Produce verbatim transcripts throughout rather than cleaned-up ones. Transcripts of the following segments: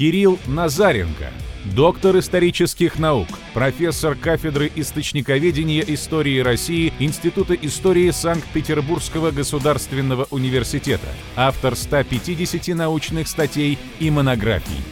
Кирилл Назаренко, доктор исторических наук, профессор кафедры источниковедения истории России Института истории Санкт-Петербургского государственного университета, автор ста пятидесяти научных статей и монографий.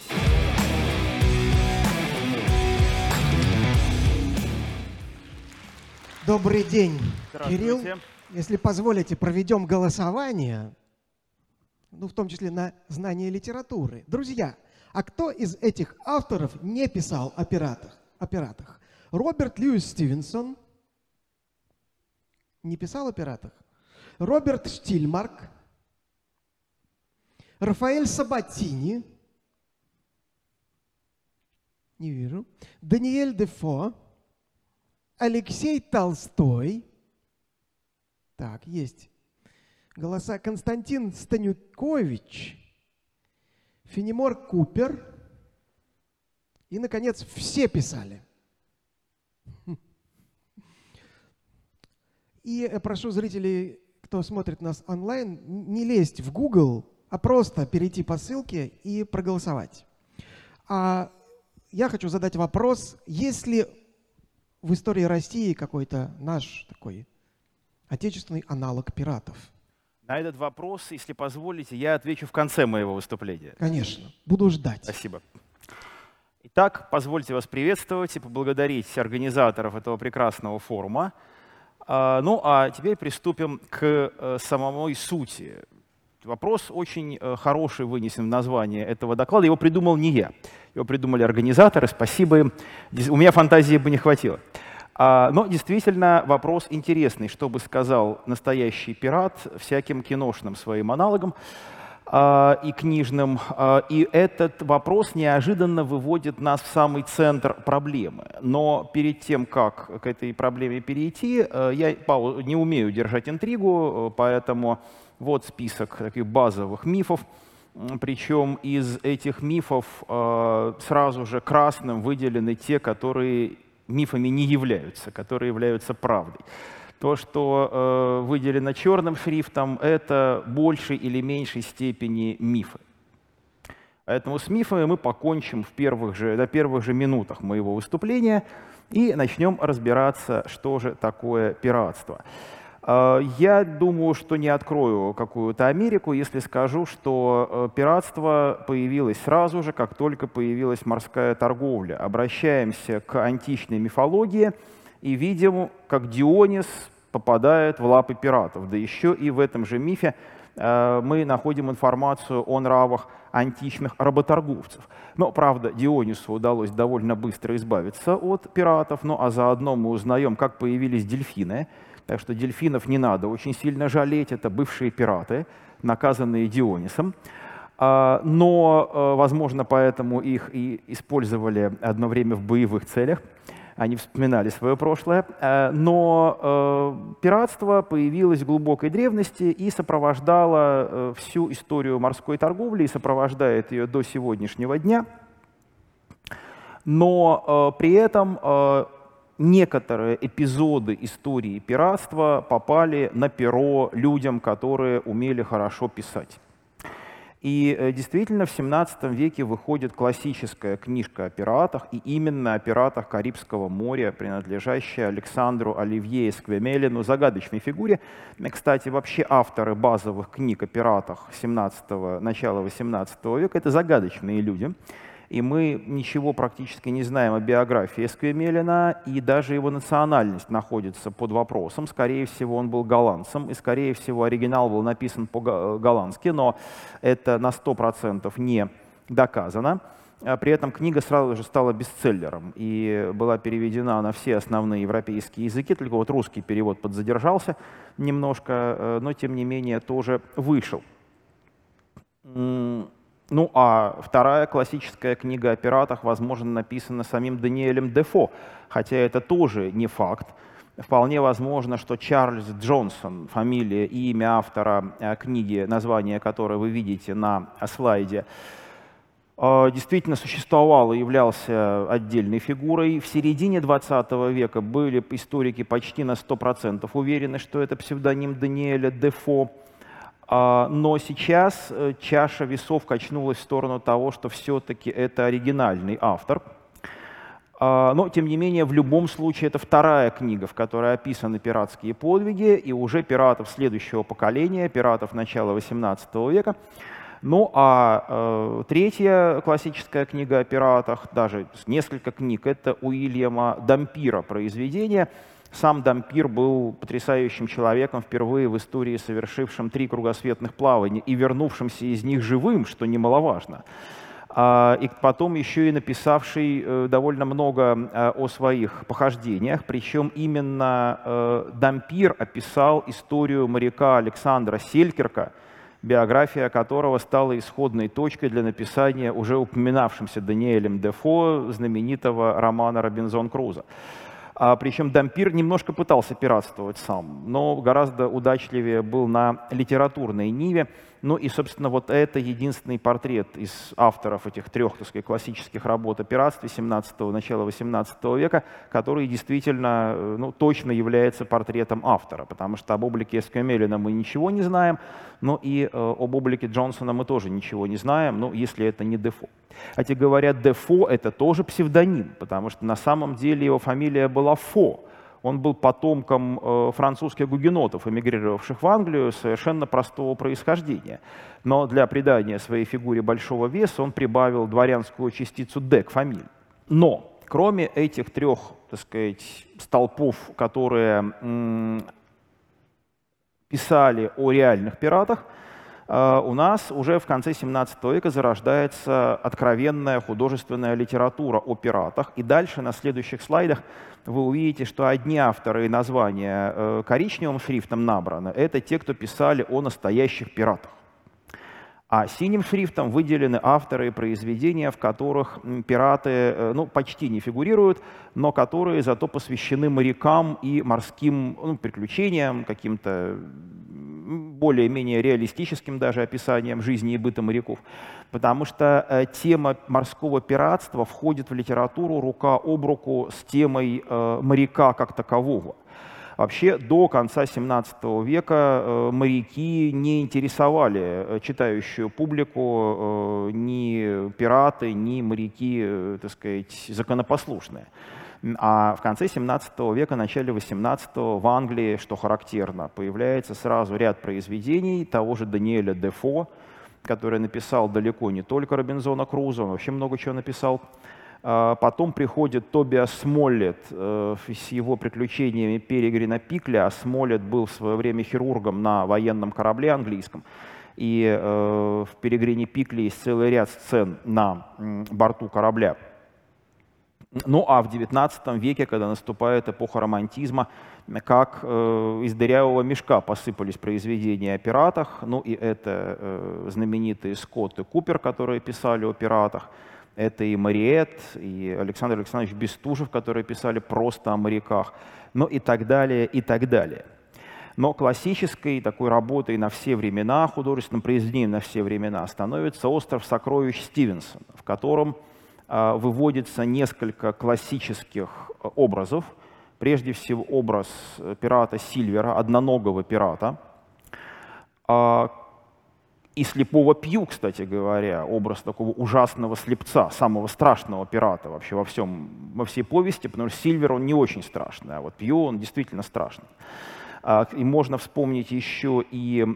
Добрый день, Кирилл. Если позволите, проведем голосование, ну, в том числе на знание литературы. Друзья, а кто из этих авторов не писал о пиратах? О пиратах? Роберт Льюис Стивенсон не писал о пиратах. Роберт Штильмарк, Рафаэль Сабатини, не вижу, Даниэль Дефо, Алексей Толстой. Так, есть голоса. Константин Станюкович, Фенемор Купер и, наконец, все писали. И прошу зрителей, кто смотрит нас онлайн, не лезть в Google, а просто перейти по ссылке и проголосовать. А я хочу задать вопрос, есть ли в истории России какой-то наш такой отечественный аналог пиратов? На этот вопрос, если позволите, я отвечу в конце моего выступления. Конечно, буду ждать. Спасибо. Итак, позвольте вас приветствовать и поблагодарить организаторов этого прекрасного форума. Ну а теперь приступим к самой сути. Вопрос очень хороший вынесен в название этого доклада. Его придумал не я. Его придумали организаторы. Спасибо им. У меня фантазии бы не хватило. Но действительно вопрос интересный, что бы сказал настоящий пират всяким киношным своим аналогам и книжным. И этот вопрос неожиданно выводит нас в самый центр проблемы. Но перед тем, как к этой проблеме перейти, я не умею держать интригу, поэтому вот список таких базовых мифов. Причем из этих мифов сразу же красным выделены те, которые мифами не являются, которые являются правдой. То, что э, выделено черным шрифтом, это в большей или меньшей степени мифы. Поэтому с мифами мы покончим в первых же, на первых же минутах моего выступления и начнем разбираться, что же такое пиратство. Э, я думаю, что не открою какую-то Америку, если скажу, что э, пиратство появилось сразу же, как только появилась морская торговля. Обращаемся к античной мифологии и видим, как Дионис попадает в лапы пиратов. Да еще и в этом же мифе э, мы находим информацию о нравах античных работорговцев. Но, правда, Дионису удалось довольно быстро избавиться от пиратов, ну а заодно мы узнаем, как появились дельфины. Так что дельфинов не надо очень сильно жалеть, это бывшие пираты, наказанные Дионисом. Но, возможно, поэтому их и использовали одно время в боевых целях. Они вспоминали свое прошлое. Но пиратство появилось в глубокой древности и сопровождало всю историю морской торговли и сопровождает ее до сегодняшнего дня. Но при этом некоторые эпизоды истории пиратства попали на перо людям, которые умели хорошо писать. И действительно в семнадцатом веке выходит классическая книжка о пиратах, и именно о пиратах Карибского моря, принадлежащая Александру Оливье Эсквемелину, загадочной фигуре. Кстати, вообще авторы базовых книг о пиратах семнадцатого, начала восемнадцатого века — это загадочные люди. И мы ничего практически не знаем о биографии Эсквемелина, и даже его национальность находится под вопросом. Скорее всего, он был голландцем, и, скорее всего, оригинал был написан по-голландски, но это на сто процентов не доказано. При этом книга сразу же стала бестселлером и была переведена на все основные европейские языки, только вот русский перевод подзадержался немножко, но, тем не менее, тоже вышел. Ну а вторая классическая книга о пиратах, возможно, написана самим Даниэлем Дефо, хотя это тоже не факт. Вполне возможно, что Чарльз Джонсон, фамилия и имя автора книги, название которой вы видите на слайде, действительно существовал и являлся отдельной фигурой. В середине двадцатого века были историки почти на сто процентов уверены, что это псевдоним Даниэля Дефо. Но сейчас чаша весов качнулась в сторону того, что все-таки это оригинальный автор. Но, тем не менее, в любом случае, это вторая книга, в которой описаны пиратские подвиги, и уже пиратов следующего поколения, пиратов начала восемнадцатого века. Ну а э, третья классическая книга о пиратах, даже несколько книг, это Уильяма Дампира произведение. Сам Дампир был потрясающим человеком, впервые в истории совершившим три кругосветных плавания и вернувшимся из них живым, что немаловажно. И потом еще и написавший довольно много о своих похождениях. Причем именно Дампир описал историю моряка Александра Селькирка, биография которого стала исходной точкой для написания уже упоминавшимся Даниэлем Дефо знаменитого романа «Робинзон Крузо». А, причем Дампир немножко пытался пиратствовать сам, но гораздо удачливее был на литературной ниве. Ну и, собственно, вот это единственный портрет из авторов этих трех, так сказать, классических работ о пиратстве семнадцатого, начала восемнадцатого века, который действительно, ну, точно является портретом автора, потому что об облике Эсквемелина мы ничего не знаем, но и э, об облике Джонсона мы тоже ничего не знаем, ну, если это не Дефо. Кстати говоря, Дефо — это тоже псевдоним, потому что на самом деле его фамилия была Фо. Он был потомком э, французских гугенотов, эмигрировавших в Англию, совершенно простого происхождения. Но для придания своей фигуре большого веса он прибавил дворянскую частицу «д» к фамилии. Но кроме этих трех, так сказать, столпов, которые м, писали о реальных пиратах, у нас уже в конце семнадцатого века зарождается откровенная художественная литература о пиратах. И дальше на следующих слайдах вы увидите, что одни авторы и названия коричневым шрифтом набраны — это те, кто писали о настоящих пиратах. А синим шрифтом выделены авторы и произведения, в которых пираты, ну, почти не фигурируют, но которые зато посвящены морякам и морским, ну, приключениям, каким-то более-менее реалистическим даже описанием жизни и быта моряков. Потому что э, тема морского пиратства входит в литературу рука об руку с темой э, моряка как такового. Вообще до конца семнадцатого века э, моряки не интересовали читающую публику, э, ни пираты, ни моряки, э, так сказать, законопослушные. А в конце семнадцатого века, начале восемнадцатого в Англии, что характерно, появляется сразу ряд произведений того же Даниэля Дефо, который написал далеко не только «Робинзона Крузо», он вообще много чего написал. Потом приходит Тобиас Смоллет с его приключениями Перегрина Пикля. А Смоллет был в свое время хирургом на военном корабле английском. И в Перегрине Пикле есть целый ряд сцен на борту корабля. Ну а в девятнадцатом веке, когда наступает эпоха романтизма, как э, из дырявого мешка посыпались произведения о пиратах. Ну и это э, знаменитые Скотт и Купер, которые писали о пиратах. Это и Мариет, и Александр Александрович Бестужев, которые писали просто о моряках. Ну и так далее, и так далее. Но классической такой работой на все времена, художественным произведением на все времена становится «Остров сокровищ» Стивенсона, в котором выводится несколько классических образов. Прежде всего образ пирата Сильвера, одноногого пирата, и слепого Пью, кстати говоря, образ такого ужасного слепца, самого страшного пирата вообще во, всем, во всей повести, потому что Сильвер, он не очень страшный, а вот Пью, он действительно страшный. И можно вспомнить еще и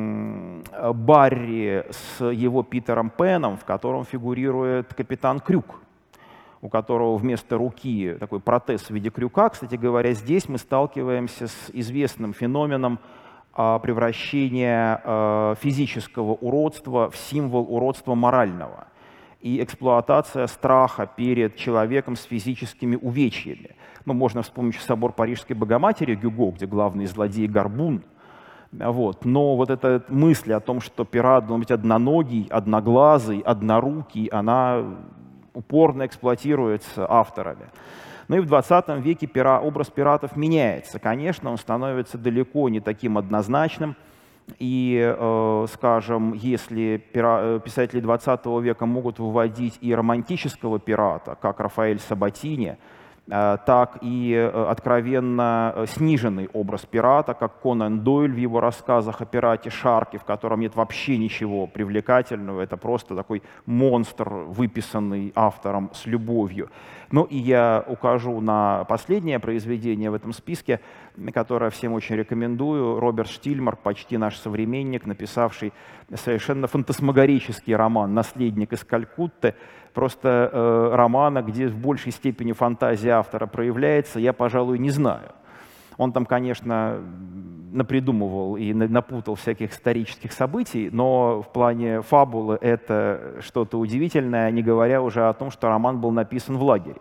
Барри с его Питером Пеном, в котором фигурирует капитан Крюк, у которого вместо руки такой протез в виде крюка. Кстати говоря, здесь мы сталкиваемся с известным феноменом превращения физического уродства в символ уродства морального и эксплуатация страха перед человеком с физическими увечьями. Ну, можно вспомнить собор Парижской Богоматери Гюго, где главный злодей Горбун. Вот. Но вот эта мысль о том, что пират должен быть одноногий, одноглазый, однорукий, она упорно эксплуатируется авторами. Ну и в двадцатом веке пира, образ пиратов меняется. Конечно, он становится далеко не таким однозначным. И, э, скажем, если пира, писатели двадцатого века могут выводить и романтического пирата, как Рафаэль Сабатини, так и откровенно сниженный образ пирата, как Конан Дойль в его рассказах о пирате Шарке, в котором нет вообще ничего привлекательного, это просто такой монстр, выписанный автором с любовью. Ну и я укажу на последнее произведение в этом списке, которое всем очень рекомендую. Роберт Штильмар, почти наш современник, написавший совершенно фантасмагорический роман «Наследник из Калькутты». Просто э, романа, где в большей степени фантазия автора проявляется, я, пожалуй, не знаю. Он там, конечно, напридумывал и напутал всяких исторических событий, но в плане фабулы это что-то удивительное, не говоря уже о том, что роман был написан в лагере.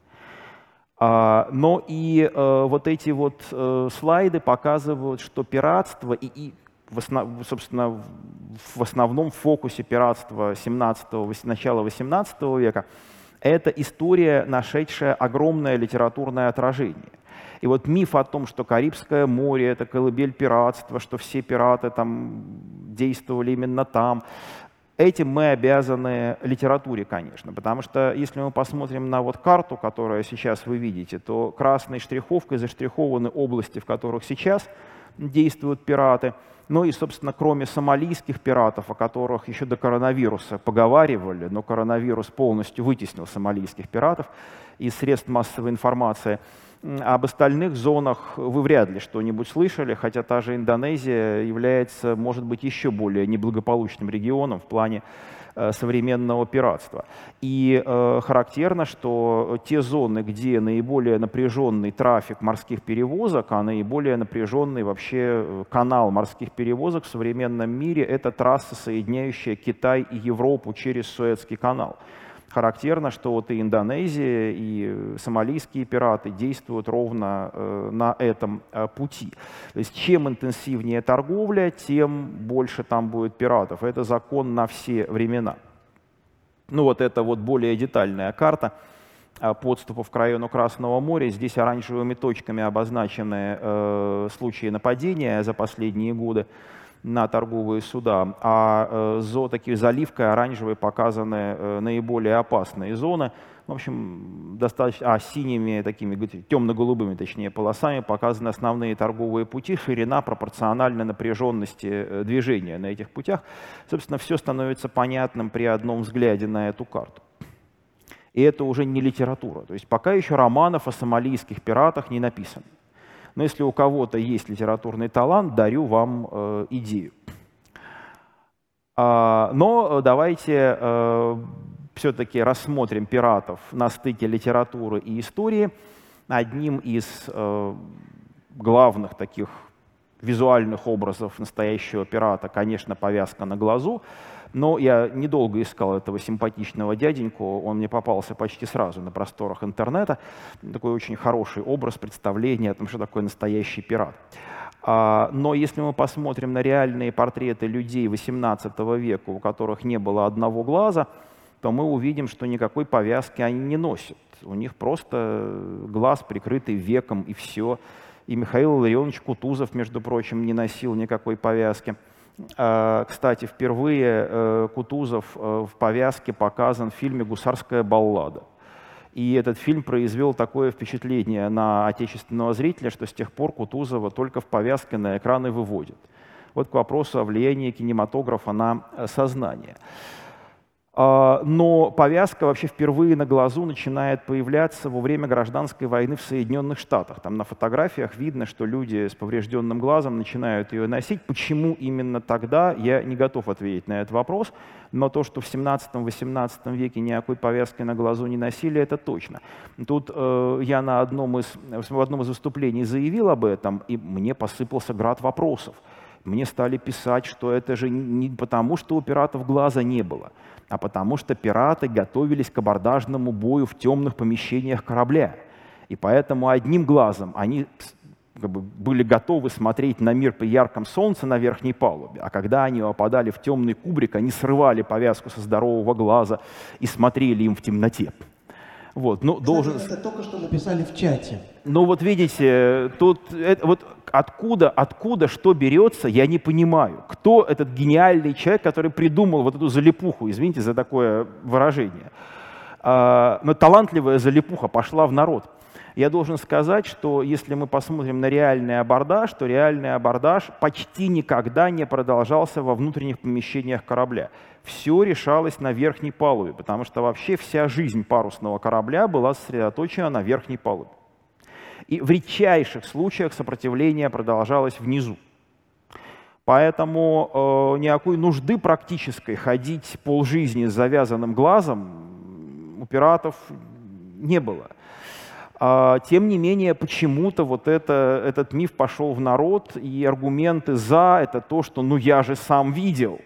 А, но и э, вот эти вот э, слайды показывают, что пиратство и, и в основ, собственно, в основном фокусе пиратства семнадцатого, начала восемнадцатого века это история, нашедшая огромное литературное отражение. И вот миф о том, что Карибское море — это колыбель пиратства, что все пираты там действовали именно там, этим мы обязаны литературе, конечно, потому что если мы посмотрим на вот карту, которую сейчас вы видите, то красной штриховкой заштрихованы области, в которых сейчас действуют пираты. Ну и, собственно, кроме сомалийских пиратов, о которых еще до коронавируса поговаривали, но коронавирус полностью вытеснил сомалийских пиратов из средств массовой информации, об остальных зонах вы вряд ли что-нибудь слышали, хотя та же Индонезия является, может быть, еще более неблагополучным регионом в плане э, современного пиратства. И э, характерно, что те зоны, где наиболее напряженный трафик морских перевозок, а наиболее напряженный вообще канал морских перевозок в современном мире, это трасса, соединяющая Китай и Европу через Суэцкий канал. Характерно, что вот и Индонезия, и сомалийские пираты действуют ровно э, на этом э, пути. То есть чем интенсивнее торговля, тем больше там будет пиратов. Это закон на все времена. Ну вот это вот более детальная карта э, подступов к району Красного моря. Здесь оранжевыми точками обозначены э, случаи нападения за последние годы на торговые суда, а э, такие заливкой оранжевой показаны э, наиболее опасные зоны. В общем, достаточно, а синими, такими темно-голубыми, точнее, полосами показаны основные торговые пути, ширина пропорциональна напряженности э, движения на этих путях. Собственно, все становится понятным при одном взгляде на эту карту. И это уже не литература. То есть пока еще романов о сомалийских пиратах не написано. Но если у кого-то есть литературный талант, дарю вам э, идею. А, но давайте э, все-таки рассмотрим пиратов на стыке литературы и истории. Одним из э, главных таких визуальных образов настоящего пирата, конечно, повязка на глазу. Но я недолго искал этого симпатичного дяденьку, он мне попался почти сразу на просторах интернета. Такой очень хороший образ, представление о том, что такое настоящий пират. Но если мы посмотрим на реальные портреты людей восемнадцатого века, у которых не было одного глаза, то мы увидим, что никакой повязки они не носят. У них просто глаз, прикрытый веком, и все. И Михаил Илларионович Кутузов, между прочим, не носил никакой повязки. Кстати, впервые Кутузов в повязке показан в фильме «Гусарская баллада». И этот фильм произвел такое впечатление на отечественного зрителя, что с тех пор Кутузова только в повязке на экраны выводят. Вот к вопросу о влиянии кинематографа на сознание. Но повязка вообще впервые на глазу начинает появляться во время гражданской войны в Соединенных Штатах. Там на фотографиях видно, что люди с поврежденным глазом начинают ее носить. Почему именно тогда, я не готов ответить на этот вопрос, но то, что в семнадцатом-восемнадцатом веке никакой повязки на глазу не носили, это точно. Тут э, я на одном из, в одном из выступлений заявил об этом, и мне посыпался град вопросов. Мне стали писать, что это же не потому, что у пиратов глаза не было, а потому что пираты готовились к абордажному бою в темных помещениях корабля. И поэтому одним глазом они как бы были готовы смотреть на мир при ярком солнце на верхней палубе, а когда они попадали в темный кубрик, они срывали повязку со здорового глаза и смотрели им в темноте. Вот, ну, Кстати, должен... это только что написали в чате. Ну вот видите, тут это, вот откуда, откуда что берется, я не понимаю. Кто этот гениальный человек, который придумал вот эту залипуху, извините за такое выражение. А, но талантливая залипуха пошла в народ. Я должен сказать, что если мы посмотрим на реальный абордаж, то реальный абордаж почти никогда не продолжался во внутренних помещениях корабля. Все решалось на верхней палубе, потому что вообще вся жизнь парусного корабля была сосредоточена на верхней палубе. И в редчайших случаях сопротивление продолжалось внизу. Поэтому э, никакой нужды практической ходить полжизни с завязанным глазом у пиратов не было. А, тем не менее, почему-то вот это, этот миф пошел в народ, и аргументы «за» — это то, что «ну я же сам видел,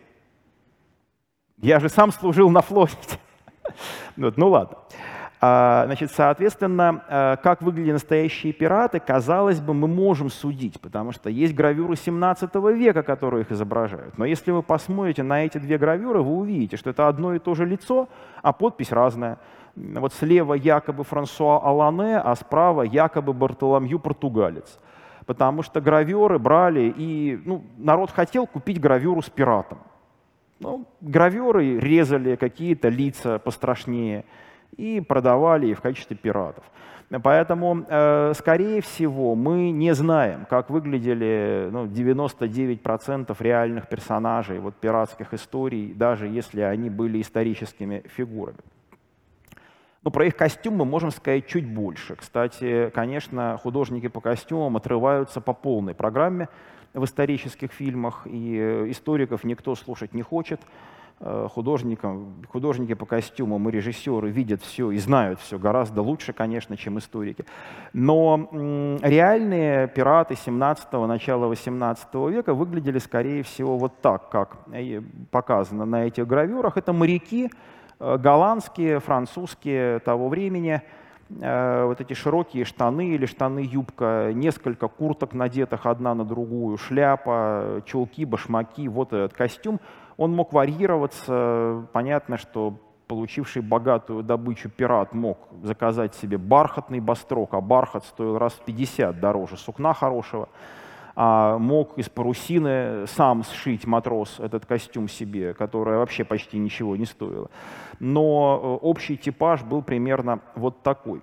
я же сам служил на флоте». Вот, ну ладно. А, значит, соответственно, как выглядели настоящие пираты, казалось бы, мы можем судить, потому что есть гравюры семнадцатого века, которые их изображают. Но если вы посмотрите на эти две гравюры, вы увидите, что это одно и то же лицо, а подпись разная. Вот слева якобы Франсуа Алане, а справа якобы Бартоломью Португалец. Потому что гравюры брали, и ну, народ хотел купить гравюру с пиратом. Ну, гравюры резали какие-то лица пострашнее и продавали их в качестве пиратов. Поэтому, э, скорее всего, мы не знаем, как выглядели ну, девяносто девять процентов реальных персонажей вот, пиратских историй, даже если они были историческими фигурами. Ну, про их костюм мы можем сказать чуть больше. Кстати, конечно, художники по костюмам отрываются по полной программе в исторических фильмах, и историков никто слушать не хочет. Художникам, художники по костюмам и режиссеры видят все и знают все гораздо лучше, конечно, чем историки. Но м, реальные пираты семнадцатого, начала восемнадцатого века выглядели, скорее всего, вот так, как показано на этих гравюрах. Это моряки, голландские, французские того времени, вот эти широкие штаны или штаны-юбка, несколько курток, надетых одна на другую, шляпа, чулки, башмаки, вот этот костюм. Он мог варьироваться. Понятно, что получивший богатую добычу пират мог заказать себе бархатный бастрок, а бархат стоил раз в пятьдесят дороже сукна хорошего. А мог из парусины сам сшить матрос этот костюм себе, который вообще почти ничего не стоило. Но общий типаж был примерно вот такой.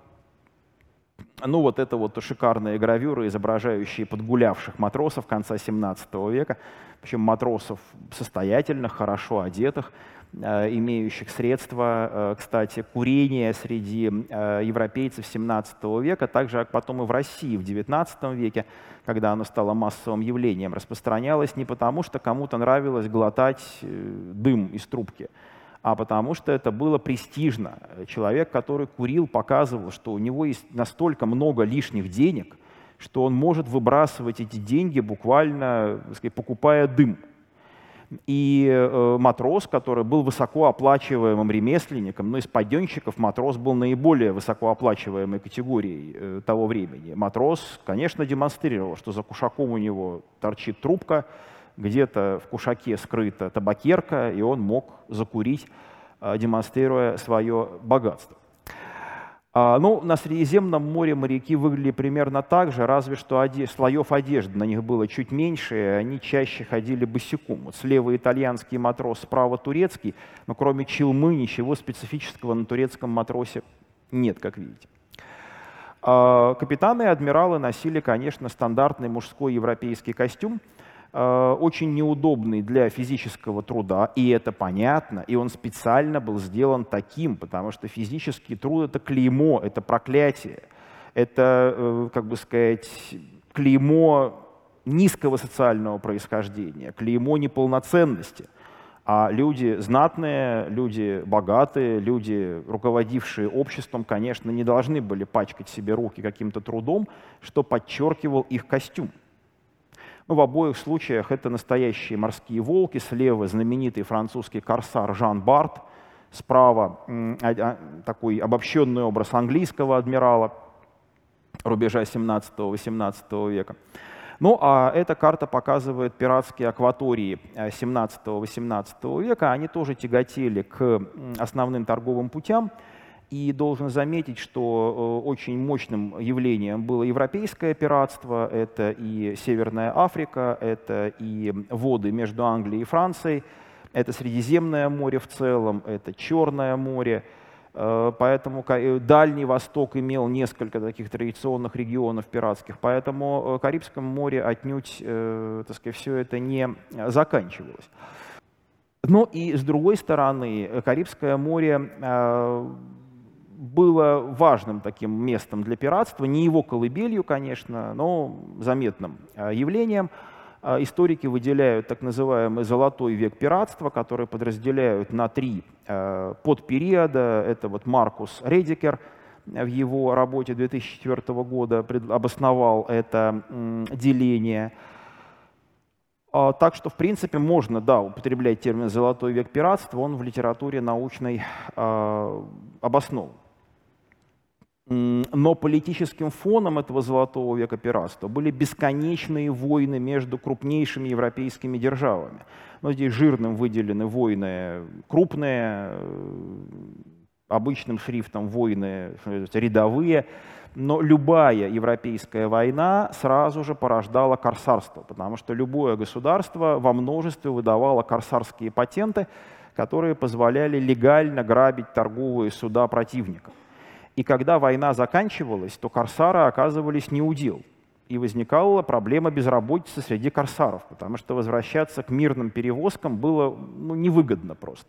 Ну вот это вот шикарные гравюры, изображающие подгулявших матросов конца семнадцатого века, причем матросов состоятельных, хорошо одетых, имеющих средства. Кстати, курение среди европейцев семнадцатого века, также потом и в России в девятнадцатом веке, когда оно стало массовым явлением, распространялось не потому, что кому-то нравилось глотать дым из трубки, а потому что это было престижно. Человек, который курил, показывал, что у него есть настолько много лишних денег, что он может выбрасывать эти деньги, буквально, так сказать, покупая дым. И э, матрос, который был высокооплачиваемым ремесленником, но из паденщиков матрос был наиболее высокооплачиваемой категорией э, того времени. Матрос, конечно, демонстрировал, что за кушаком у него торчит трубка, где-то в кушаке скрыта табакерка, и он мог закурить, э, демонстрируя свое богатство. Ну, на Средиземном море моряки выглядели примерно так же, разве что одежд, слоев одежды на них было чуть меньше, и они чаще ходили босиком. Вот слева итальянский матрос, справа турецкий, но кроме челмы ничего специфического на турецком матросе нет, как видите. Капитаны и адмиралы носили, конечно, стандартный мужской европейский костюм, очень неудобный для физического труда, и это понятно, и он специально был сделан таким, потому что физический труд — это клеймо, это проклятие, это, как бы сказать, клеймо низкого социального происхождения, клеймо неполноценности. А люди знатные, люди богатые, люди, руководившие обществом, конечно, не должны были пачкать себе руки каким-то трудом, что подчеркивал их костюм. Ну, в обоих случаях это настоящие морские волки. Слева знаменитый французский корсар Жан Барт, справа такой обобщенный образ английского адмирала рубежа семнадцатого-восемнадцатого века. Ну, а эта карта показывает пиратские акватории семнадцатого-восемнадцатого века. Они тоже тяготели к основным торговым путям. И должен заметить, что очень мощным явлением было европейское пиратство. Это и Северная Африка, это и воды между Англией и Францией, это Средиземное море в целом, это Черное море. Поэтому Дальний Восток имел несколько таких традиционных регионов пиратских, поэтому в Карибском море отнюдь, так сказать, все это не заканчивалось. Но и с другой стороны, Карибское море было важным таким местом для пиратства, не его колыбелью, конечно, но заметным явлением. Историки выделяют так называемый «золотой век пиратства», который подразделяют на три подпериода. Это вот Маркус Редикер в его работе две тысячи четвёртого года обосновал это деление. Так что, в принципе, можно, да, употреблять термин «золотой век пиратства», он в литературе научной обоснован. Но политическим фоном этого золотого века пиратства были бесконечные войны между крупнейшими европейскими державами. Но здесь жирным выделены войны крупные, обычным шрифтом войны рядовые. Но любая европейская война сразу же порождала корсарство, потому что любое государство во множестве выдавало корсарские патенты, которые позволяли легально грабить торговые суда противника. И когда война заканчивалась, то корсары оказывались неудел. И возникала проблема безработицы среди корсаров, потому что возвращаться к мирным перевозкам было ну, невыгодно просто.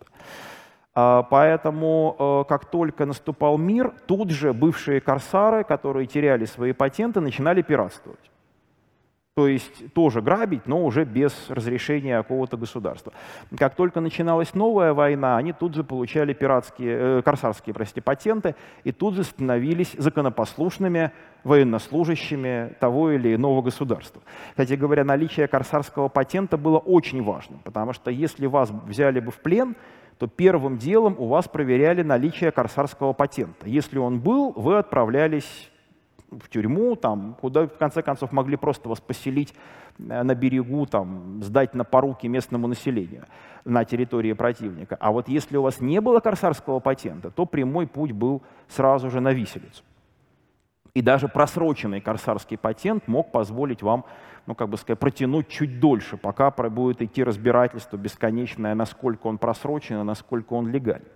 Поэтому, как только наступал мир, тут же бывшие корсары, которые теряли свои патенты, начинали пиратствовать. То есть тоже грабить, но уже без разрешения какого-то государства. Как только начиналась новая война, они тут же получали пиратские, э, корсарские простите, патенты и тут же становились законопослушными военнослужащими того или иного государства. Кстати говоря, наличие корсарского патента было очень важным, потому что если вас взяли бы в плен, то первым делом у вас проверяли наличие корсарского патента. Если он был, вы отправлялись в тюрьму, там, куда в конце концов могли просто вас поселить на берегу, там, сдать на поруки местному населению на территории противника. А вот если у вас не было корсарского патента, то прямой путь был сразу же на виселицу. И даже просроченный корсарский патент мог позволить вам, ну, как бы сказать, протянуть чуть дольше, пока будет идти разбирательство бесконечное, насколько он просрочен и насколько он легален.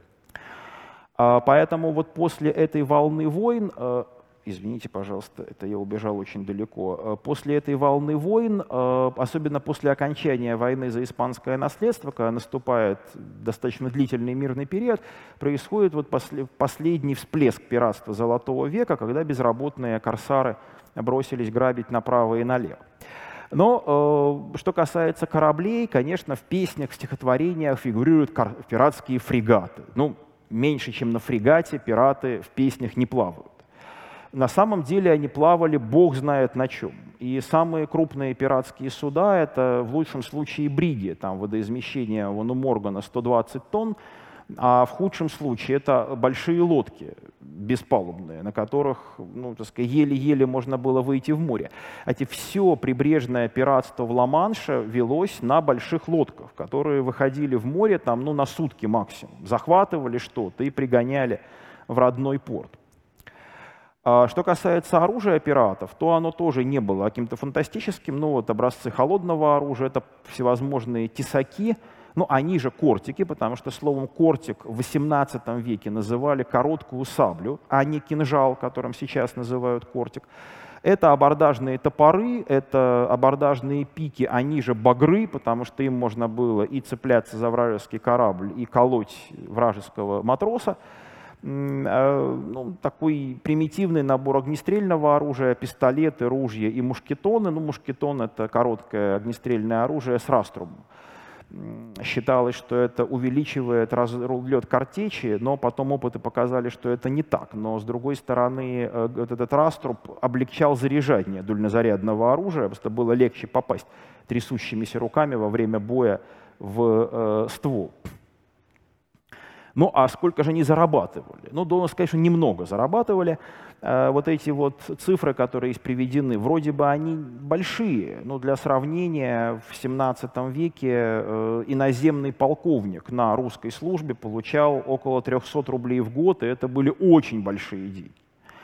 Поэтому вот после этой волны войн, извините, пожалуйста, это я убежал очень далеко. После этой волны войн, особенно после окончания войны за испанское наследство, когда наступает достаточно длительный мирный период, происходит вот последний всплеск пиратства Золотого века, когда безработные корсары бросились грабить направо и налево. Но что касается кораблей, конечно, в песнях, в стихотворениях фигурируют пиратские фрегаты. Ну, меньше, чем на фрегате, пираты в песнях не плавают. На самом деле они плавали бог знает на чем. И самые крупные пиратские суда — это в лучшем случае бриги, там водоизмещение вон у Моргана сто двадцать тонн, а в худшем случае это большие лодки беспалубные, на которых, ну, так сказать, еле-еле можно было выйти в море. Эти все прибрежное пиратство в Ла-Манше велось на больших лодках, которые выходили в море там, ну, на сутки максимум, захватывали что-то и пригоняли в родной порт. Что касается оружия пиратов, то оно тоже не было каким-то фантастическим. Ну вот образцы холодного оружия — это всевозможные тесаки, ну они же кортики, потому что словом кортик в восемнадцатом веке называли короткую саблю, а не кинжал, которым сейчас называют кортик. Это абордажные топоры, это абордажные пики, они же багры, потому что им можно было и цепляться за вражеский корабль, и колоть вражеского матроса. Ну, такой примитивный набор огнестрельного оружия, пистолеты, ружья и мушкетоны. Ну, мушкетон — это короткое огнестрельное оружие с раструбом. Считалось, что это увеличивает разлет картечи, но потом опыты показали, что это не так. Но, с другой стороны, вот этот раструб облегчал заряжание дульнозарядного оружия, просто было легче попасть трясущимися руками во время боя в э, ствол. Ну, а сколько же они зарабатывали? Ну, должен сказать, что немного зарабатывали. Вот эти вот цифры, которые здесь приведены, вроде бы они большие, но для сравнения в семнадцатом веке иноземный полковник на русской службе получал около трёхсот рублей в год, и это были очень большие деньги.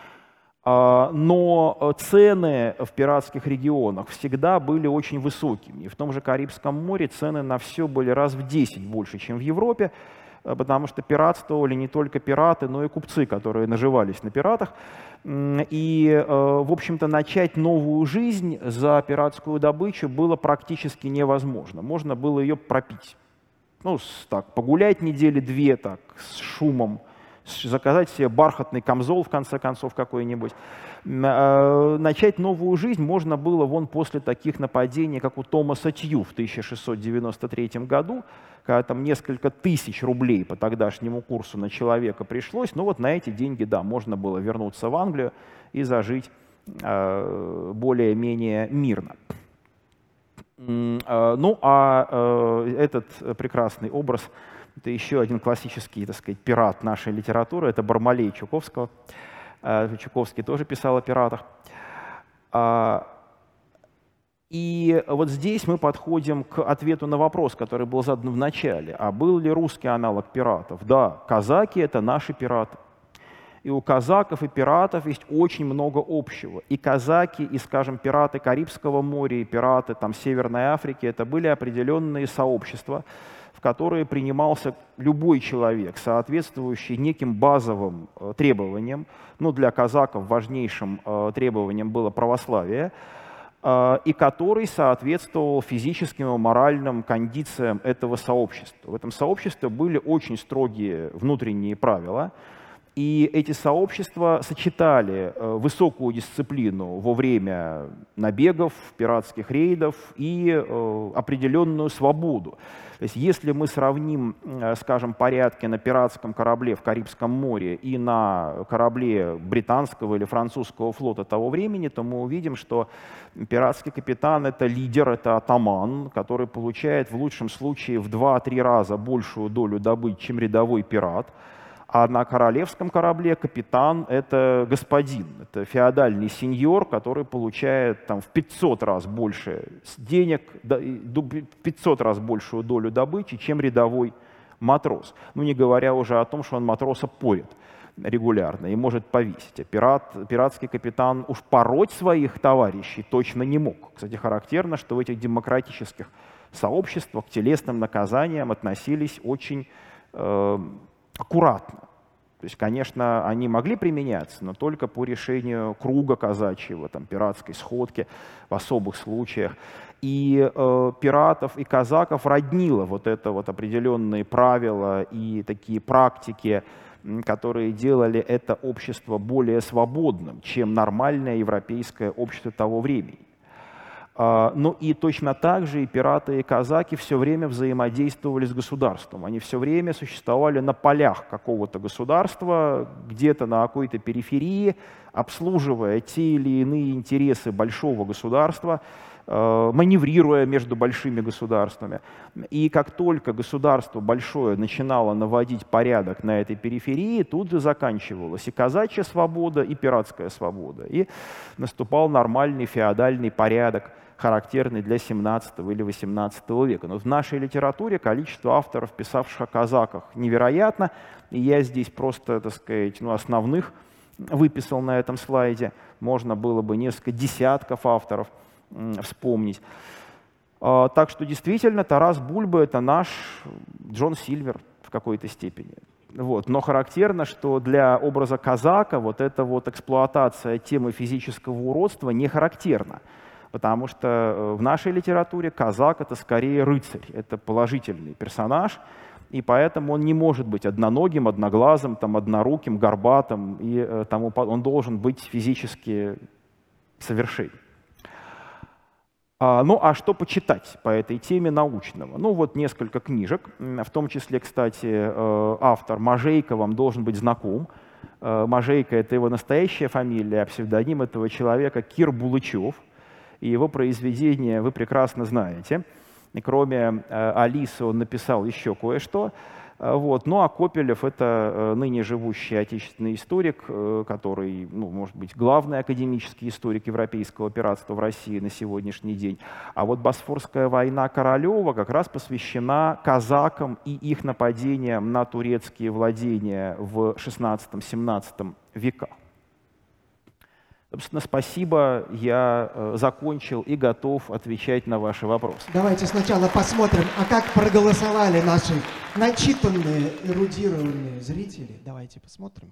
Но цены в пиратских регионах всегда были очень высокими. И в том же Карибском море цены на все были раз в десять больше, чем в Европе. потому что пиратствовали не только пираты, но и купцы, которые наживались на пиратах. И, в общем-то, начать новую жизнь за пиратскую добычу было практически невозможно. Можно было ее пропить. Ну, так, погулять недели две так, с шумом, заказать себе бархатный камзол, в конце концов, какой-нибудь. Начать новую жизнь можно было вон после таких нападений, как у Томаса Тью в тысяча шестьсот девяносто третьем году, когда там несколько тысяч рублей по тогдашнему курсу на человека пришлось. Но вот на эти деньги, да, можно было вернуться в Англию и зажить э, более-менее мирно. Ну, а э, этот прекрасный образ — это еще один классический, так сказать, пират нашей литературы, это Бармалей Чуковского. Чуковский тоже писал о пиратах. И вот здесь мы подходим к ответу на вопрос, который был задан в начале. А был ли русский аналог пиратов? Да, казаки — это наши пираты. И у казаков и пиратов есть очень много общего. И казаки, и, скажем, пираты Карибского моря, и пираты там, Северной Африки — это были определенные сообщества, в которые принимался любой человек, соответствующий неким базовым э, требованиям. Ну, для казаков важнейшим э, требованием было православие, э, и который соответствовал физическим и моральным кондициям этого сообщества. В этом сообществе были очень строгие внутренние правила, и эти сообщества сочетали э, высокую дисциплину во время набегов, пиратских рейдов и э, определенную свободу. То есть если мы сравним, скажем, порядки на пиратском корабле в Карибском море и на корабле британского или французского флота того времени, то мы увидим, что пиратский капитан — это лидер, это атаман, который получает в лучшем случае в два-три раза большую долю добычи, чем рядовой пират. А на королевском корабле капитан — это господин, это феодальный сеньор, который получает там, в пятьсот раз больше денег, в пятьсот раз большую долю добычи, чем рядовой матрос. Ну, не говоря уже о том, что он матроса порет регулярно и может повесить. А пират, пиратский капитан уж пороть своих товарищей точно не мог. Кстати, характерно, что в этих демократических сообществах к телесным наказаниям относились очень э, аккуратно. То есть, конечно, они могли применяться, но только по решению круга казачьего, там, пиратской сходки в особых случаях. И э, пиратов и казаков роднило вот это вот определенные правила и такие практики, которые делали это общество более свободным, чем нормальное европейское общество того времени. Но и точно так же и пираты, и казаки все время взаимодействовали с государством. Они все время существовали на полях какого-то государства, где-то на какой-то периферии, обслуживая те или иные интересы большого государства, маневрируя между большими государствами. И как только государство большое начинало наводить порядок на этой периферии, тут же заканчивалась и казачья свобода, и пиратская свобода. И наступал нормальный феодальный порядок, характерный для семнадцатого или восемнадцатого века. Но в нашей литературе количество авторов, писавших о казаках, невероятно. И я здесь просто, так сказать, ну, основных выписал на этом слайде. Можно было бы несколько десятков авторов вспомнить. Так что действительно Тарас Бульба — это наш Джон Сильвер в какой-то степени. Вот. Но характерно, что для образа казака вот эта вот эксплуатация темы физического уродства не характерна. Потому что в нашей литературе казак — это скорее рыцарь, это положительный персонаж, и поэтому он не может быть одноногим, одноглазым, там, одноруким, горбатым, и тому, он должен быть физически совершенен. Ну а что почитать по этой теме научного? Ну вот несколько книжек, в том числе, кстати, автор Можейко вам должен быть знаком. Можейко — это его настоящая фамилия, а псевдоним этого человека Кир Булычев. И его произведения вы прекрасно знаете. И кроме «Алисы» он написал еще кое-что. Вот. Ну а Копелев — это ныне живущий отечественный историк, который, ну, может быть, главный академический историк европейского пиратства в России на сегодняшний день. А вот Босфорская война Королева как раз посвящена казакам и их нападениям на турецкие владения в шестнадцатом-семнадцатом веках. Собственно, спасибо, я э, закончил и готов отвечать на ваши вопросы. Давайте сначала посмотрим, а как проголосовали наши начитанные, эрудированные зрители. Давайте посмотрим.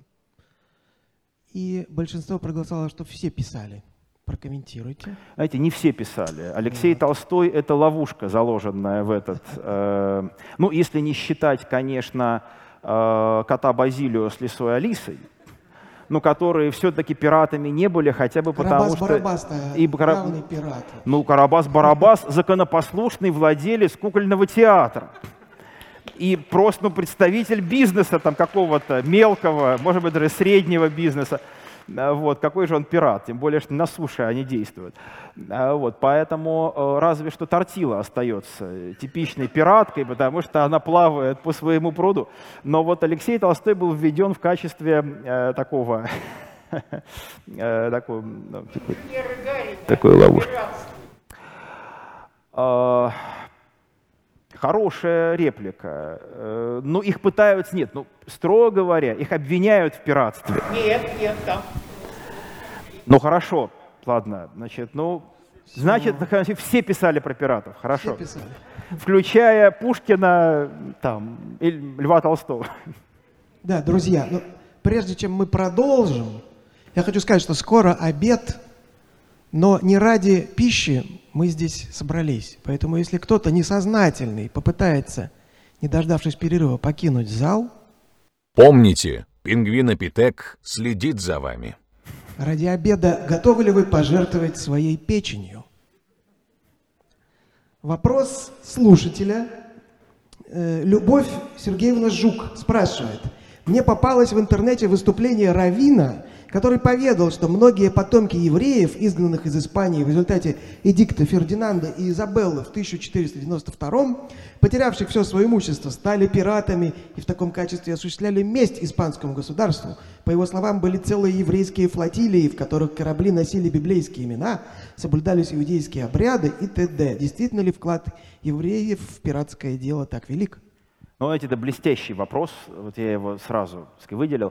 И большинство проголосовало, что все писали. Прокомментируйте. Знаете, не все писали. Алексей вот. Толстой — это ловушка, заложенная в этот... Э, ну, если не считать, конечно, э, кота Базилио с лисой Алисой, но которые все-таки пиратами не были, хотя бы потому что... Карабас-Барабас-то и Кара... главный пират. Ну, Карабас-Барабас — законопослушный владелец кукольного театра. И просто ну, представитель бизнеса там какого-то мелкого, может быть, даже среднего бизнеса. Вот, какой же он пират, тем более, что на суше они действуют. Вот, поэтому разве что Тортила остается типичной пираткой, потому что она плавает по своему пруду. Но вот Алексей Толстой был введен в качестве э, такого, э, такой, ну, такой, такой ловушки. Э, хорошая реплика. Э, ну, их пытаются, нет, ну, строго говоря, их обвиняют в пиратстве. Нет, нет, там. Ну, хорошо, ладно, значит, ну, значит, все писали про пиратов, хорошо. Все писали. Включая Пушкина, там, и Льва Толстого. Да, друзья, ну, прежде чем мы продолжим, я хочу сказать, что скоро обед, но не ради пищи мы здесь собрались. Поэтому если кто-то несознательный попытается, не дождавшись перерыва, покинуть зал... Помните, пингвинопитек следит за вами. Ради обеда готовы ли вы пожертвовать своей печенью? Вопрос слушателя. Э, Любовь Сергеевна Жук спрашивает. Мне попалось в интернете выступление раввина, который поведал, что многие потомки евреев, изгнанных из Испании в результате эдикта Фердинанда и Изабеллы в тысяча четыреста девяносто втором, потерявших все свое имущество, стали пиратами и в таком качестве осуществляли месть испанскому государству. По его словам, были целые еврейские флотилии, в которых корабли носили библейские имена, соблюдались иудейские обряды и т.д. Действительно ли вклад евреев в пиратское дело так велик? Ну, знаете, это блестящий вопрос, вот я его сразу так сказать, выделил.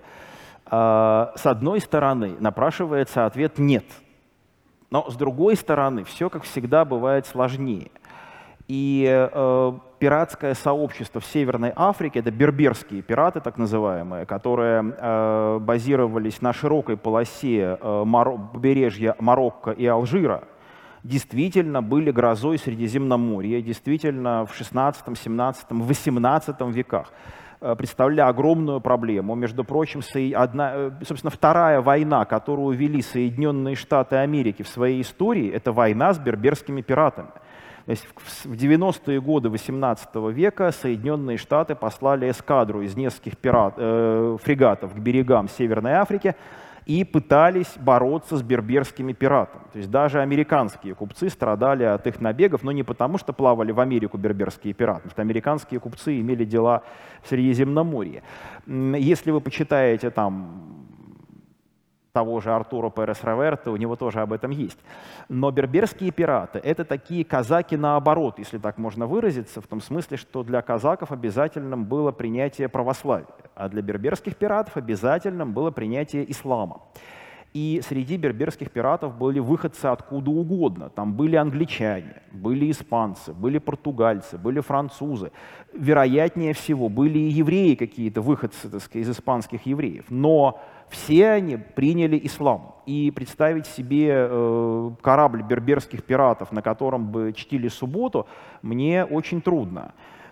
С одной стороны, напрашивается ответ «нет». Но с другой стороны, все, как всегда, бывает сложнее. И э, пиратское сообщество в Северной Африке, это берберские пираты, так называемые, которые э, базировались на широкой полосе э, Маро- побережья Марокко и Алжира, действительно были грозой Средиземноморья, действительно в шестнадцатом, семнадцатом, восемнадцатом веках представляли огромную проблему. Между прочим, одна, собственно, вторая война, которую вели Соединенные Штаты Америки в своей истории, это война с берберскими пиратами. То есть в девяностые годы восемнадцатого века Соединенные Штаты послали эскадру из нескольких пират, э, фрегатов к берегам Северной Африки и пытались бороться с берберскими пиратами. То есть даже американские купцы страдали от их набегов, но не потому, что плавали в Америку берберские пираты, потому что американские купцы имели дела в Средиземноморье. Если вы почитаете там того же Артура Перес Реверте, у него тоже об этом есть. Но берберские пираты — это такие казаки наоборот, если так можно выразиться, в том смысле, что для казаков обязательным было принятие православия, а для берберских пиратов обязательным было принятие ислама. И среди берберских пиратов были выходцы откуда угодно. Там были англичане, были испанцы, были португальцы, были французы. Вероятнее всего, были и евреи какие-то, выходцы, так сказать, из испанских евреев. Но все они приняли ислам. И представить себе э, корабль берберских пиратов, на котором бы чтили субботу, мне очень трудно.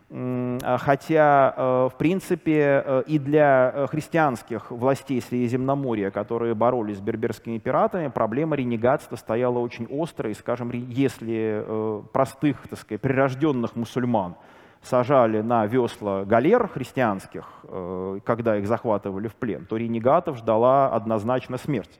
Хотя, в принципе, и для христианских властей Средиземноморья, которые боролись с берберскими пиратами, проблема ренегатства стояла очень острой. Скажем, если простых, так сказать, прирожденных мусульман сажали на весла галер христианских, когда их захватывали в плен, то ренегатов ждала однозначно смерть.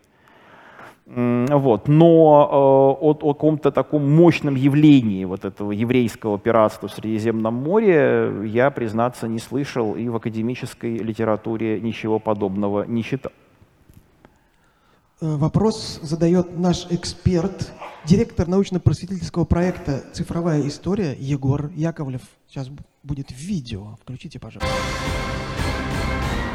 Вот. Но э, о, о каком-то таком мощном явлении вот этого еврейского пиратства в Средиземном море я, признаться, не слышал и в академической литературе ничего подобного не читал. Вопрос задает наш эксперт, директор научно-просветительского проекта «Цифровая история» Егор Яковлев. Сейчас будет видео. Включите, пожалуйста.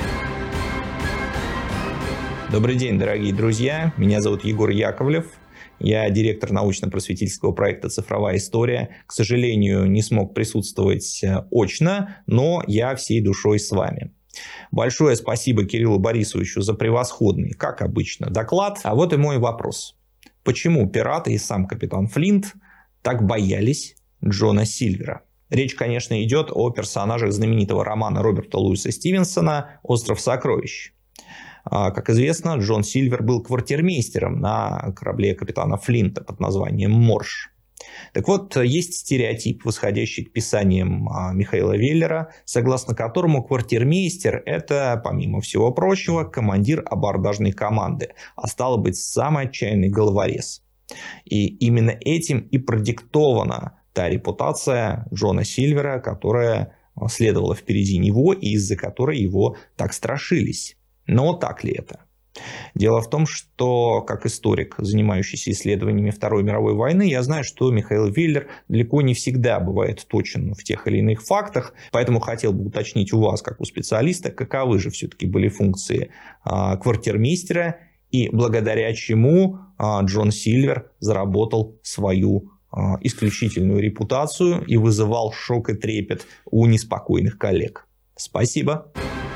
Добрый день, дорогие друзья. Меня зовут Егор Яковлев. Я директор научно-просветительского проекта «Цифровая история». К сожалению, не смог присутствовать очно, но я всей душой с вами. Большое спасибо Кириллу Борисовичу за превосходный, как обычно, доклад. А вот и мой вопрос. Почему пираты и сам капитан Флинт так боялись Джона Сильвера? Речь, конечно, идет о персонажах знаменитого романа Роберта Луиса Стивенсона «Остров сокровищ». Как известно, Джон Сильвер был квартирмейстером на корабле капитана Флинта под названием «Морж». Так вот, есть стереотип, восходящий к писаниям Михаила Веллера, согласно которому квартирмейстер – это, помимо всего прочего, командир абордажной команды, а стало быть, самый отчаянный головорез. И именно этим и продиктована та репутация Джона Сильвера, которая следовала впереди него и из-за которой его так страшились. Но так ли это? Дело в том, что как историк, занимающийся исследованиями Второй мировой войны, я знаю, что Михаил Веллер далеко не всегда бывает точен в тех или иных фактах, поэтому хотел бы уточнить у вас, как у специалиста, каковы же все-таки были функции квартирмейстера и благодаря чему Джон Сильвер заработал свою исключительную репутацию и вызывал шок и трепет у неспокойных коллег. Спасибо.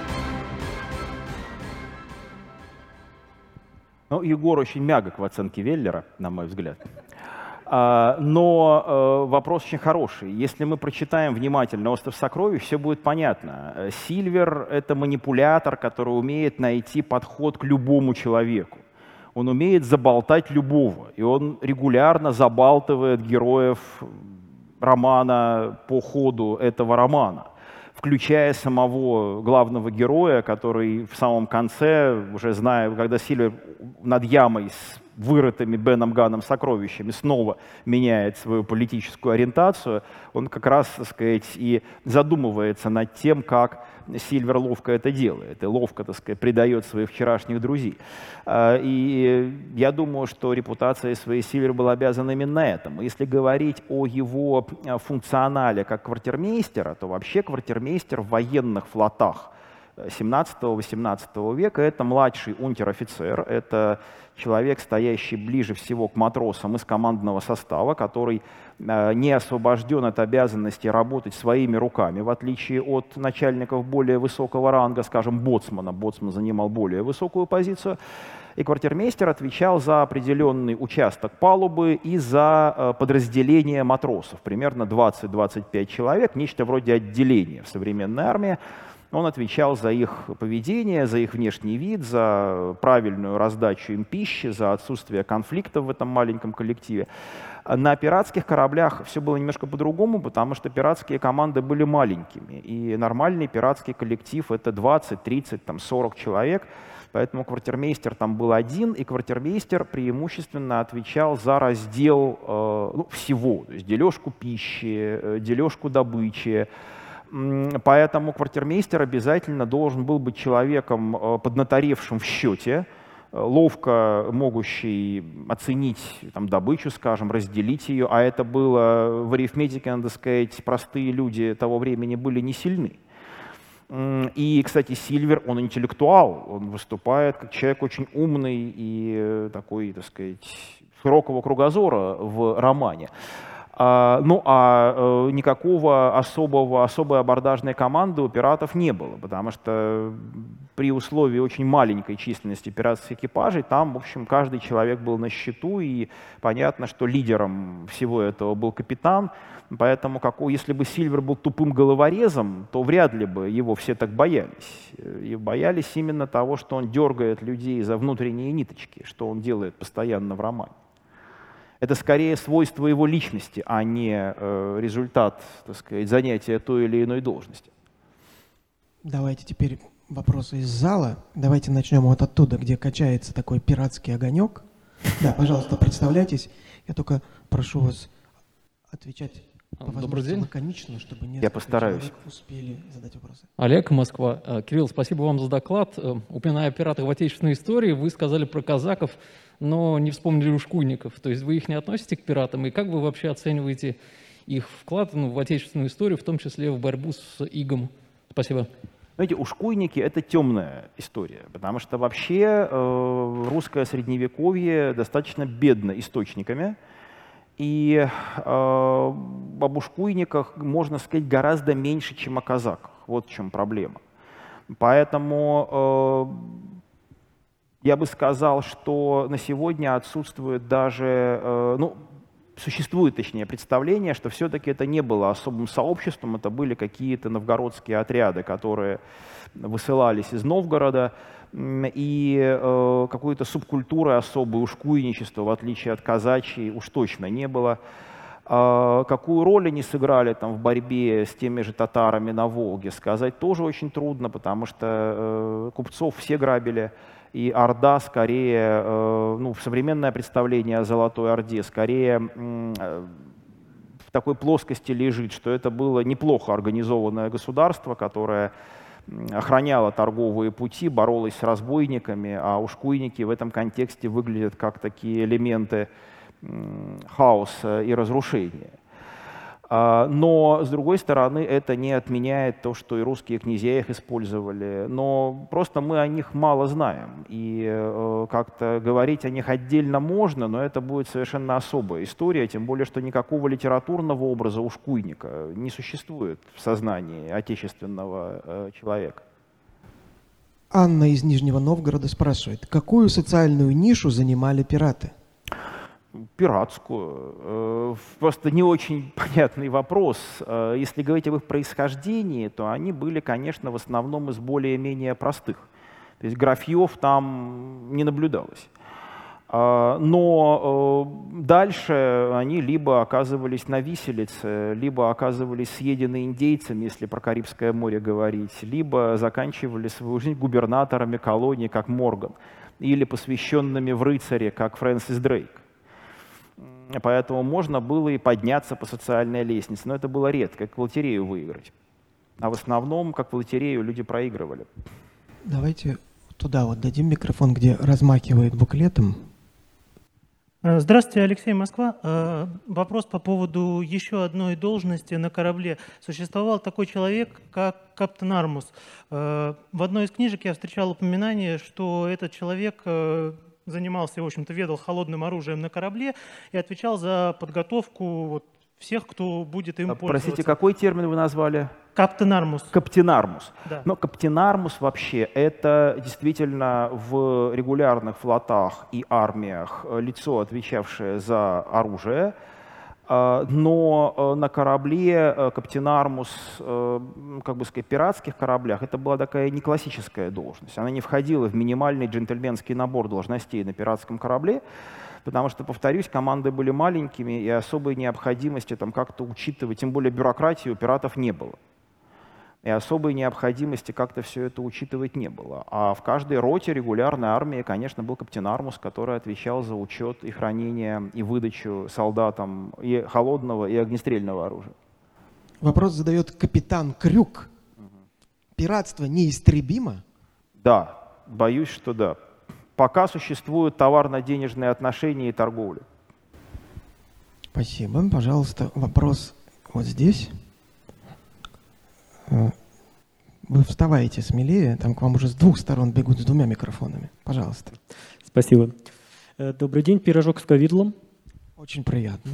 Ну, Егор очень мягок в оценке Веллера, на мой взгляд. Но вопрос очень хороший. Если мы прочитаем внимательно «Остров сокровищ», все будет понятно. Сильвер — это манипулятор, который умеет найти подход к любому человеку. Он умеет заболтать любого, и он регулярно забалтывает героев романа по ходу этого романа, включая самого главного героя, который в самом конце, уже зная, когда Сильвер над ямой с вырытыми Беном Ганном сокровищами снова меняет свою политическую ориентацию, он как раз, так сказать, и задумывается над тем, как Сильвер ловко это делает, и ловко, так сказать, предает своих вчерашних друзей. И я думаю, что репутация своей Сильвер была обязана именно этому. Если говорить о его функционале как квартирмейстера, то вообще квартирмейстер в военных флотах семнадцатого-восемнадцатого века — это младший унтер-офицер, это человек, стоящий ближе всего к матросам из командного состава, который не освобожден от обязанности работать своими руками, в отличие от начальников более высокого ранга, скажем, боцмана. Боцман занимал более высокую позицию. И квартирмейстер отвечал за определенный участок палубы и за подразделение матросов, примерно двадцать-двадцать пять человек, нечто вроде отделения в современной армии. Он отвечал за их поведение, за их внешний вид, за правильную раздачу им пищи, за отсутствие конфликтов в этом маленьком коллективе. На пиратских кораблях все было немножко по-другому, потому что пиратские команды были маленькими. И нормальный пиратский коллектив — это двадцать, тридцать, там, сорок человек. Поэтому квартирмейстер там был один, и квартирмейстер преимущественно отвечал за раздел э, ну, всего. То есть дележку пищи, э, дележку добычи. Поэтому квартирмейстер обязательно должен был быть человеком, поднаторевшим в счете, ловко могущий оценить там, добычу, скажем, разделить ее. А это было в арифметике, надо сказать, простые люди того времени были не сильны. И, кстати, Сильвер, он интеллектуал, он выступает как человек очень умный и такой, так сказать, широкого кругозора в романе. Ну, а никакого особого, особой абордажной команды у пиратов не было, потому что при условии очень маленькой численности пиратских экипажей там, в общем, каждый человек был на счету, и понятно, что лидером всего этого был капитан, поэтому как, если бы Сильвер был тупым головорезом, то вряд ли бы его все так боялись. И боялись именно того, что он дергает людей за внутренние ниточки, что он делает постоянно в романе. Это скорее свойство его личности, а не э, результат, так сказать, занятия той или иной должности. Давайте теперь вопросы из зала. Давайте начнем вот оттуда, где качается такой пиратский огонек. Да, пожалуйста, представляйтесь. Я только прошу вас отвечать по возможности лаконично, чтобы несколько человек успели задать вопросы. Олег, Москва. Кирилл, спасибо вам за доклад. Упоминая пиратов в отечественной истории, вы сказали про казаков, но не вспомнили ушкуйников. То есть вы их не относите к пиратам? И как вы вообще оцениваете их вклад ну, в отечественную историю, в том числе в борьбу с игом? Спасибо. Знаете, ушкуйники — это темная история, потому что вообще э, русское средневековье достаточно бедно источниками, и э, об ушкуйниках можно сказать гораздо меньше, чем о казаках. Вот в чем проблема. Поэтому э, я бы сказал, что на сегодня отсутствует даже, э, ну, существует, точнее, представление, что все-таки это не было особым сообществом, это были какие-то новгородские отряды, которые высылались из Новгорода, и э, какой-то субкультуры особой ушкуйничества, в отличие от казачьей, уж точно не было. Э, какую роль они сыграли там, в борьбе с теми же татарами на Волге, сказать тоже очень трудно, потому что э, купцов все грабили. И Орда скорее, ну, в современное представление о Золотой Орде, скорее в такой плоскости лежит, что это было неплохо организованное государство, которое охраняло торговые пути, боролось с разбойниками, а ушкуйники в этом контексте выглядят как такие элементы хаоса и разрушения. Но, с другой стороны, это не отменяет то, что и русские князья их использовали. Но просто мы о них мало знаем. И как-то говорить о них отдельно можно, но это будет совершенно особая история, тем более, что никакого литературного образа ушкуйника не существует в сознании отечественного человека. Анна из Нижнего Новгорода спрашивает, какую социальную нишу занимали пираты? Пиратскую. Просто не очень понятный вопрос. Если говорить об их происхождении, то они были, конечно, в основном из более-менее простых. То есть графьев там не наблюдалось. Но дальше они либо оказывались на виселице, либо оказывались съедены индейцами, если про Карибское море говорить, либо заканчивали свою жизнь губернаторами колоний, как Морган, или посвященными в рыцари, как Фрэнсис Дрейк. Поэтому можно было и подняться по социальной лестнице, но это было редко, как в лотерею выиграть. А в основном, как в лотерею, люди проигрывали. Давайте туда вот дадим микрофон, где размахивает буклетом. Здравствуйте, Алексей, Москва. Вопрос по поводу еще одной должности на корабле. Существовал такой человек, как капитан Армус. В одной из книжек я встречал упоминание, что этот человек занимался, в общем-то, ведал холодным оружием на корабле и отвечал за подготовку вот всех, кто будет им пользоваться. Простите, какой термин вы назвали? Каптен Армус. Каптен Армус. Да. Но Каптен Армус вообще это действительно в регулярных флотах и армиях лицо, отвечавшее за оружие. Но на корабле Каптен Армус, как бы сказать, пиратских кораблях, это была такая не классическая должность. Она не входила в минимальный джентльменский набор должностей на пиратском корабле, потому что, повторюсь, команды были маленькими, и особой необходимости там как-то учитывать, тем более бюрократии у пиратов не было. И особой необходимости как-то все это учитывать не было. А в каждой роте регулярной армии, конечно, был каптен Армус, который отвечал за учет и хранение, и выдачу солдатам и холодного, и огнестрельного оружия. Вопрос задает капитан Крюк. Пиратство неистребимо? Да, боюсь, что да. Пока существуют товарно-денежные отношения и торговля. Спасибо. Пожалуйста, вопрос вот здесь. Вы вставайте смелее, там к вам уже с двух сторон бегут с двумя микрофонами. Пожалуйста. Спасибо. Добрый день, пирожок с ковидлом. Очень приятно.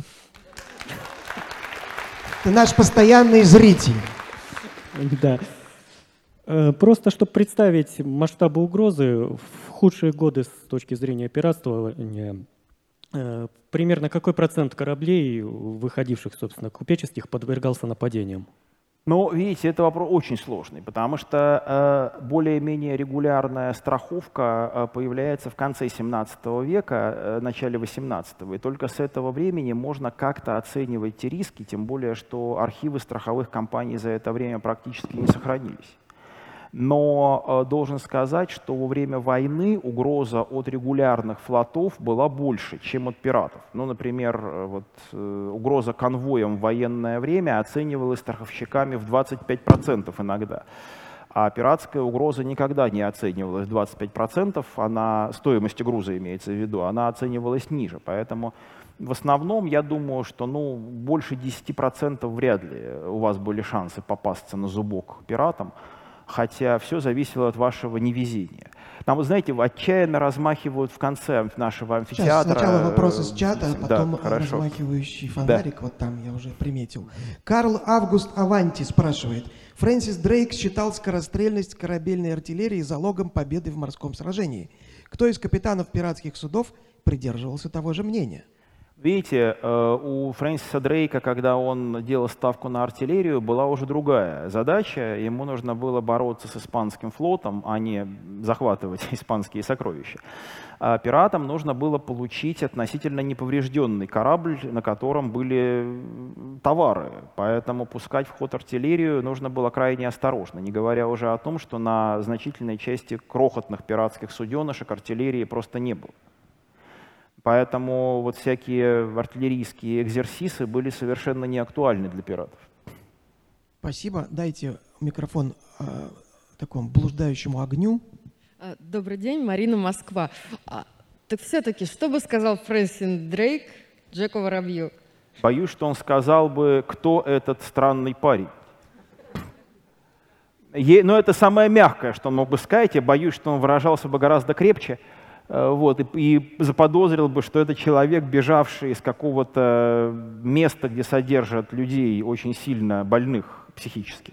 Ты наш постоянный зритель. Да. Просто, чтобы представить масштабы угрозы, в худшие годы с точки зрения пиратствования, примерно какой процент кораблей, выходивших, собственно, купеческих, подвергался нападениям? Ну, видите, это вопрос очень сложный, потому что э, более-менее регулярная страховка э, появляется в конце семнадцатого века, э, начале восемнадцатого, и только с этого времени можно как-то оценивать те риски, тем более, что архивы страховых компаний за это время практически не сохранились. Но э, должен сказать, что во время войны угроза от регулярных флотов была больше, чем от пиратов. Ну, например, вот, э, угроза конвоем в военное время оценивалась страховщиками в двадцать пять процентов иногда. А пиратская угроза никогда не оценивалась в двадцать пять процентов, она, стоимости груза имеется в виду, она оценивалась ниже. Поэтому в основном я думаю, что ну, больше десяти процентов вряд ли у вас были шансы попасться на зубок пиратам. хотя все зависело от вашего невезения. Там, вы знаете, отчаянно размахивают в конце нашего амфитеатра. Сейчас сначала вопрос из чата, а потом да, размахивающий фонарик, да. вот там я уже приметил. Карл Август Аванти спрашивает. Фрэнсис Дрейк считал скорострельность корабельной артиллерии залогом победы в морском сражении. Кто из капитанов пиратских судов придерживался того же мнения? Видите, у Фрэнсиса Дрейка, когда он делал ставку на артиллерию, была уже другая задача. Ему нужно было бороться с испанским флотом, а не захватывать испанские сокровища. А пиратам нужно было получить относительно неповрежденный корабль, на котором были товары. Поэтому пускать в ход артиллерию нужно было крайне осторожно, не говоря уже о том, что на значительной части крохотных пиратских суденышек артиллерии просто не было. Поэтому вот всякие артиллерийские экзерсисы были совершенно не актуальны для пиратов. Спасибо. Дайте микрофон э, такому блуждающему огню. Добрый день, Марина, Москва. А, так все-таки, что бы сказал Фрэнсис Дрейк Джеку Воробью? Боюсь, что он сказал бы, кто этот странный парень. Е, но это самое мягкое, что он мог бы сказать. Я боюсь, что он выражался бы гораздо крепче. Вот, и, и заподозрил бы, что это человек, бежавший из какого-то места, где содержат людей очень сильно больных психически.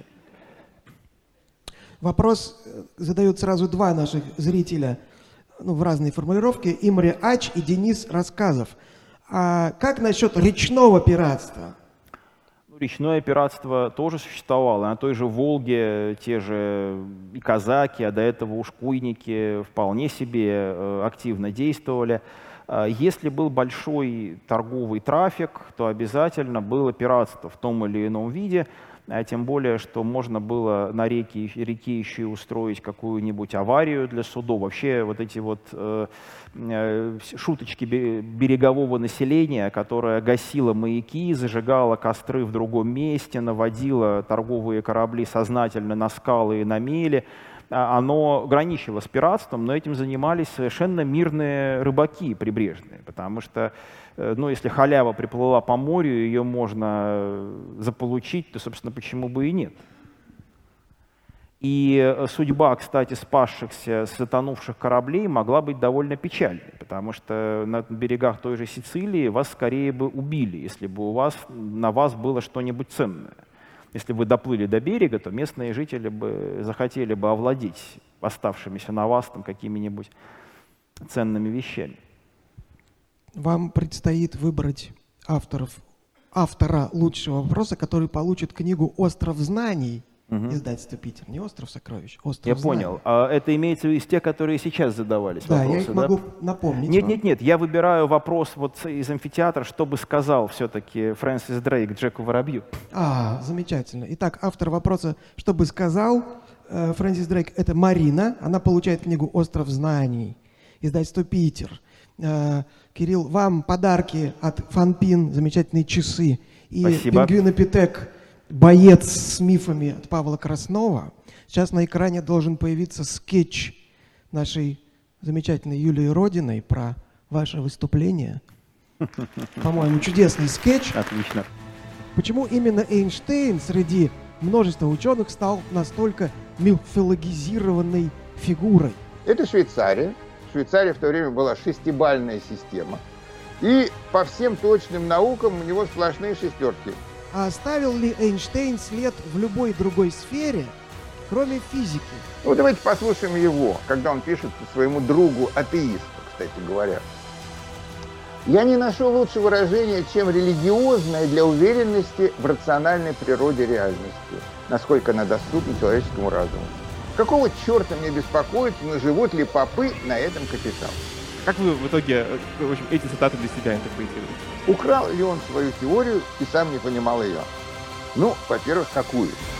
Вопрос задают сразу два наших зрителя, ну, в разной формулировке. Имре Ач и Денис Рассказов. А как насчет речного пиратства? Речное пиратство тоже существовало. На той же Волге те же и казаки, а до этого ушкуйники вполне себе активно действовали. Если был большой торговый трафик, то обязательно было пиратство в том или ином виде. Тем более, что можно было на реке, реке еще и устроить какую-нибудь аварию для судов. Вообще вот эти вот э, э, шуточки берегового населения, которое гасило маяки, зажигало костры в другом месте, наводило торговые корабли сознательно на скалы и на мели, оно граничило с пиратством, но этим занимались совершенно мирные рыбаки прибрежные, потому что, ну, если халява приплыла по морю, ее можно заполучить, то, собственно, почему бы и нет. И судьба, кстати, спасшихся с затонувших кораблей могла быть довольно печальной, потому что на берегах той же Сицилии вас скорее бы убили, если бы у вас, на вас было что-нибудь ценное. Если вы доплыли до берега, то местные жители бы захотели бы овладеть оставшимися на вас там какими-нибудь ценными вещами. Вам предстоит выбрать авторов, автора лучшего вопроса, который получит книгу «Остров знаний». Угу. Издательство «Питер». Не «Остров сокровищ», «Остров Я знаний». понял. А это имеется в виду из тех, которые сейчас задавались да, вопросы, я их да? могу напомнить. Нет, вам. нет, нет. Я выбираю вопрос вот из амфитеатра, что бы сказал все-таки Фрэнсис Дрейк Джеку Воробью. А, замечательно. Итак, автор вопроса, что бы сказал э, Фрэнсис Дрейк, это Марина. Она получает книгу «Остров знаний», издательство «Питер». Э, Кирилл, вам подарки от Фанпин, замечательные часы. И Спасибо. Пингвинопитек, боец с мифами от Павла Краснова. Сейчас на экране должен появиться скетч нашей замечательной Юлии Родиной про ваше выступление. По-моему, чудесный скетч. Отлично. Почему именно Эйнштейн среди множества ученых стал настолько мифологизированной фигурой? Это Швейцария. Швейцария в то время была шестибалльная система. И по всем точным наукам у него сплошные шестерки. А оставил ли Эйнштейн след в любой другой сфере, кроме физики? Ну, давайте послушаем его, когда он пишет своему другу атеисту, кстати говоря. «Я не нашел лучше выражения, чем религиозное для уверенности в рациональной природе реальности, насколько она доступна человеческому разуму. Какого черта мне беспокоиться, наживут ли попы на этом капитал?» Как вы в итоге, в общем, эти цитаты для себя интерпретируете? Украл ли он свою теорию и сам не понимал ее? Ну, во-первых, какую?